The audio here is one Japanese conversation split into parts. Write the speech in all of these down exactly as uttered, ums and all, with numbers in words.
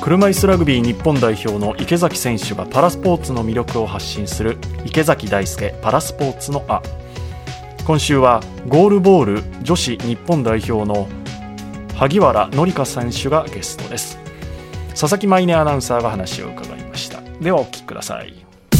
車椅子ラグビー日本代表の池崎選手がパラスポーツの魅力を発信する池崎大輔パラスポーツのあ。今週はゴールボール女子日本代表の萩原紀香選手がゲストです。佐々木舞音アナウンサーが話を伺いました。ではお聞きください。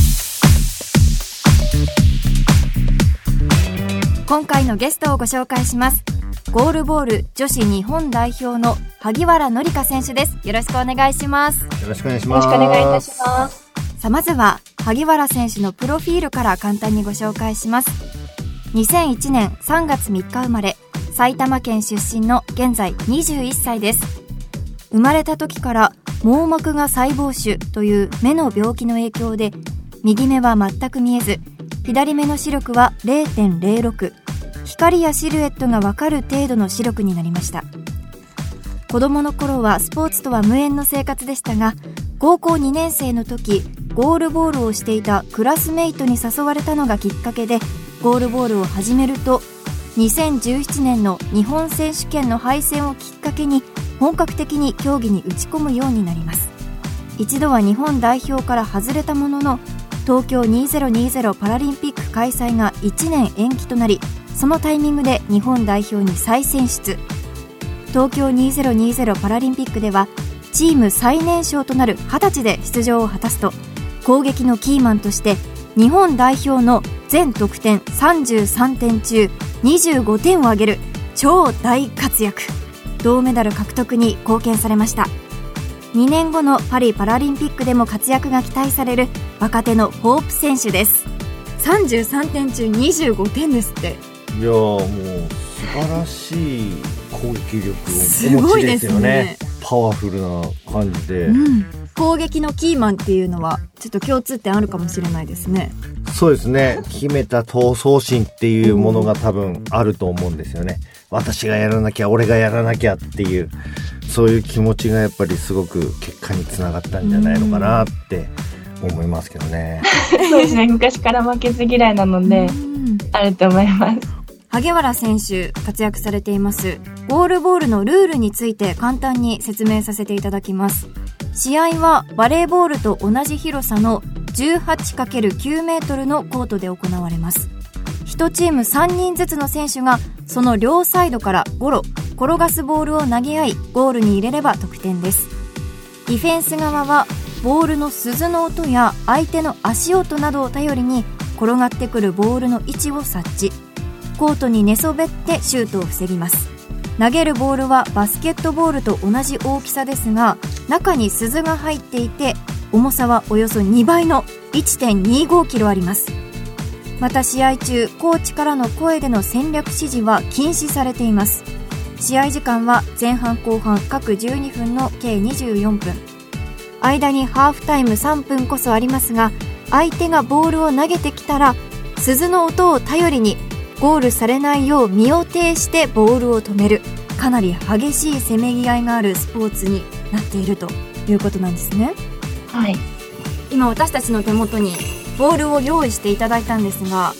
今回のゲストをご紹介します。ゴールボール女子日本代表の萩原紀香選手です。よろしくお願いします。 よろしくお願いします。 よろしくお願いいたします。 さあまずは萩原選手のプロフィールから簡単にご紹介します。にせんいちねんさんがつみっか生まれ、埼玉県出身の現在にじゅういっさいです。生まれた時から網膜が細胞腫という目の病気の影響で右目は全く見えず、左目の視力は れいてんれいろく、光やシルエットがわかる程度の視力になりました。子供の頃はスポーツとは無縁の生活でしたが、高校にねん生の時ゴールボールをしていたクラスメイトに誘われたのがきっかけでゴールボールを始めると、にせんじゅうななねんの日本選手権の敗戦をきっかけに本格的に競技に打ち込むようになります。一度は日本代表から外れたものの、東京にせんにじゅうパラリンピック開催がいちねん延期となり、そのタイミングで日本代表に再選出。東京にせんにじゅうパラリンピックではチーム最年少となるはたちで出場を果たすと、攻撃のキーマンとして日本代表の全得点さんじゅうさんてん中にじゅうごてんを挙げる超大活躍。銅メダル獲得に貢献されました。にねんごのパリパラリンピックでも活躍が期待される若手のホープ選手です。さんじゅうさんてん中にじゅうごてんですって。 いやもう素晴らしい攻撃力をお持ちですよね。すごいですね。パワフルな感じで、うん、 攻撃のキーマンっていうのはちょっと共通点あるかもしれないですね。 そうですね。秘めた闘争心っていうものが多分あると思うんですよね。私がやらなきゃ、俺がやらなきゃっていう、そういう気持ちがやっぱりすごく結果につながったんじゃないのかなって思いますけどね。 そうですね。昔から負けず嫌いなのであると思います。 萩原選手活躍されていますゴールボールのルールについて簡単に説明させていただきます。試合はバレーボールと同じ広さの じゅうはちかけるきゅうメートルのコートで行われます。いちチームさんにんずつの選手がその両サイドからゴロ、転がすボールを投げ合いゴールに入れれば得点です。ディフェンス側はボールの鈴の音や相手の足音などを頼りに転がってくるボールの位置を察知、コートに寝そべってシュートを防ぎます。投げるボールはバスケットボールと同じ大きさですが、中に鈴が入っていて重さはおよそにばいの いってんにごキロあります。また試合中、コーチからの声での戦略指示は禁止されています。試合時間は前半後半各じゅうにふんの計にじゅうよんぷん。間にハーフタイムさんぷんこそありますが、相手がボールを投げてきたら鈴の音を頼りにゴールされないよう身を挺してボールを止める、かなり激しいせめぎ合いがあるスポーツになっているということなんですね。 はい。 今私たちの手元にボールを用意していただいたんですが、はい、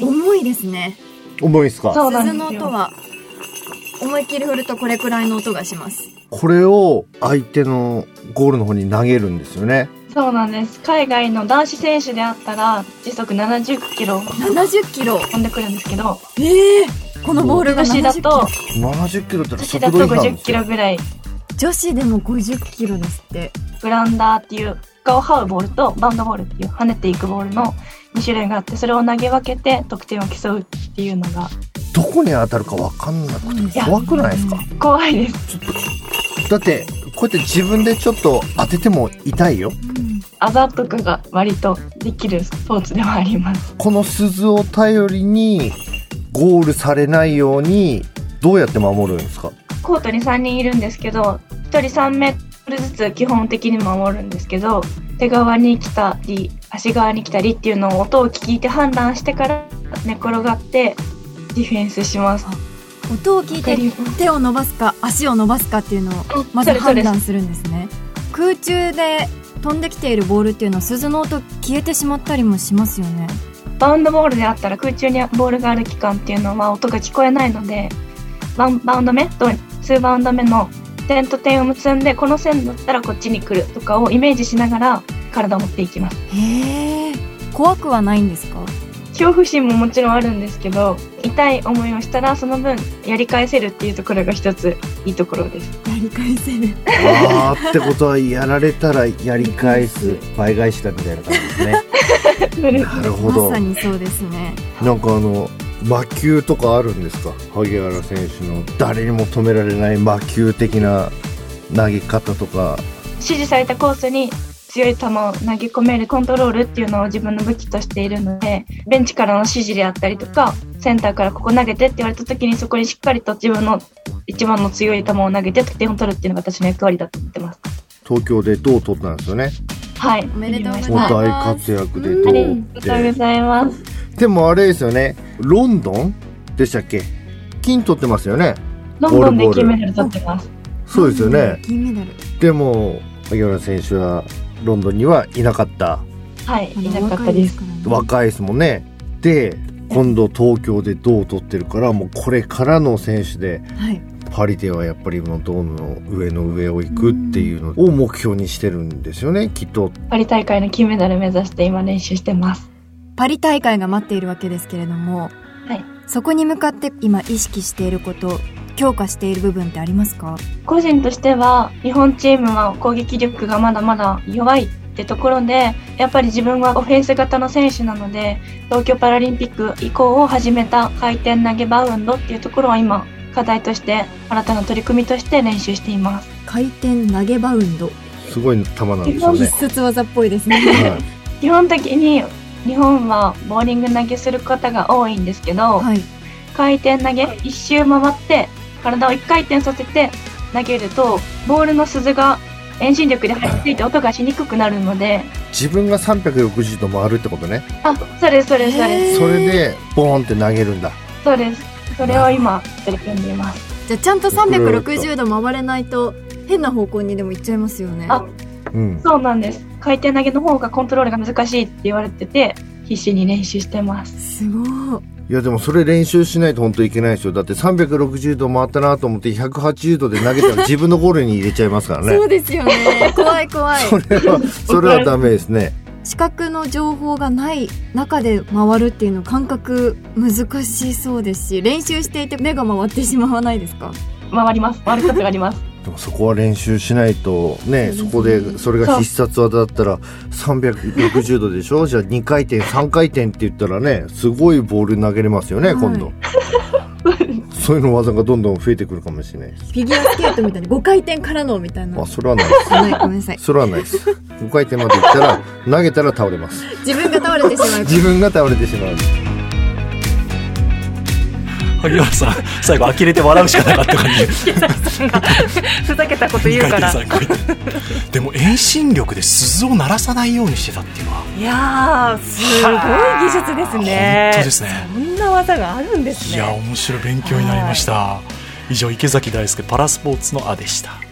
重いですね。 重いですか？ そうなんですよ。 鈴の音は思いっきり振るとこれくらいの音がします。 これを相手のゴールの方に投げるんですよね。 そうなんです。海外の男子選手であったら時速ななじゅっキロななじゅっキロ飛んでくるんですけど、 えー、このボールがななじゅっキロ、 ななじゅっキロって女子だとごじゅっキロぐらい。 女子でもごじゅっキロですって。 グラウンダーっていう床を這うボールとバウンドボールっていう跳ねていくボールのに種類があって、それを投げ分けて得点を競うっていうのが、 どこに当たるか分かんなくて怖くないですか？ 怖いです。 ちょっとだってこうやって自分でちょっと当てても痛いよ、うん、 あざとかが割とできるスポーツではあります。この鈴を頼りにゴールされないようにどうやって守るんですか？ コートにさんにんいるんですけど、ひとりさんメートルずつ基本的に守るんですけど、手側に来たり足側に来たりっていうのを音を聞いて判断してから寝転がってディフェンスします。 音を聞いて手を伸ばすか足を伸ばすかっていうのをまず判断するんですね。空中で飛んできているボールっていうのは鈴の音消えてしまったりもしますよね。 バウンドボールであったら空中にボールがある期間っていうのは音が聞こえないので、バウンド目とにバウンド目の点と点を結んで、この線だったらこっちに来るとかをイメージしながら体を持っていきます。 へー、怖くはないんですか？ 恐怖心ももちろんあるんですけど、痛い思いをしたらその分やり返せるっていうところが一ついいところです。 やり返せる。 あーってことはやられたらやり返す倍返しだみたいな感じですね。なるほど。 まさにそうですね。 なんかあの魔球とかあるんですか？萩原選手の誰にも止められない魔球的な投げ方とか。 指示されたコースに強い球を投げ込めるコントロールっていうのを自分の武器としているので、ベンチからの指示であったりとか、センターからここ投げてって言われた時にそこにしっかりと自分の一番の強い球を投げて得点を取るっていうのが私の役割だと思ってます。 東京で銅を取ったんですよね。 はい、 おめでとうございもうます。 大活躍で銅ありをがとうございます。 でもあれですよね、ロンドンでしたっけ？金取ってますよね。 ロンドンで金メダル取ってます。 そうですよね。 金メダル。 でも萩原選手はロンドンにはいなかった。 はい、いなかったです。 若いですもんね。で今度東京で銅を取ってるから、もうこれからの選手で、 はい、 パリではやっぱりもう銅の上の上を行くっていうのを目標にしてるんですよね、きっと。 パリ大会の金メダル目指して今練習してます。 パリ大会が待っているわけですけれども、 はい、 そこに向かって今意識していること、強化している部分ってありますか？ 個人としては日本チームは攻撃力がまだまだ弱いってところで、やっぱり自分はオフェンス型の選手なので、東京パラリンピック以降を始めた回転投げバウンドっていうところは今課題として新たな取り組みとして練習しています。 回転投げバウンド、 すごい球なんですよね。 必殺技っぽいですね。 はい、 基本的に日本はボーリング投げする方が多いんですけど、 はい、 回転投げ一周回って体を一回転させて投げるとボールの鈴が遠心力で入っていて音がしにくくなるので、 自分がさんびゃくろくじゅうど回るってことね。 あ、そうですそうですそうです。 それでボーンって投げるんだ。 そうです。それを今取り組んでいます。 じゃあちゃんとさんびゃくろくじゅうど回れないと変な方向にでも行っちゃいますよね。 あ、 うん、 そうなんです。回転投げの方がコントロールが難しいって言われてて必死に練習してます。 すごい。 いやでもそれ練習しないと本当いけないですよ。だってさんびゃくろくじゅうど回ったなと思ってひゃくはちじゅうどで投げたら自分のゴールに入れちゃいますからね。 そうですよね。怖い怖い。 それはそれはダメですね。 視覚の情報がない中で回るっていうの感覚難しそうですし、練習していて目が回ってしまわないですか？ 回ります。回ることがあります。 でもそこは練習しないとね、そこでそれが必殺技だったらさんびゃくろくじゅうどでしょ。じゃあにかい転さんかい転って言ったらね、すごいボール投げれますよね、はい、今度。そういうの技がどんどん増えてくるかもしれないです。 フィギュアスケートみたいにごかい転からのみたいな。 あ、それはないです。 はい、ごめんなさい。 それはないです。ごかい転までいったら投げたら倒れます。 自分が倒れてしまう。 自分が倒れてしまう。 萩原さん最後呆れて笑うしかなかった感じ。 ふざけたこと言うから。 でも遠心力で鈴を鳴らさないようにしてたっていうのは、 いやーすごい技術ですね。 本当ですね。 そんな技があるんですね。 いや面白い、勉強になりました。以上池崎大輔パラスポーツのあでした。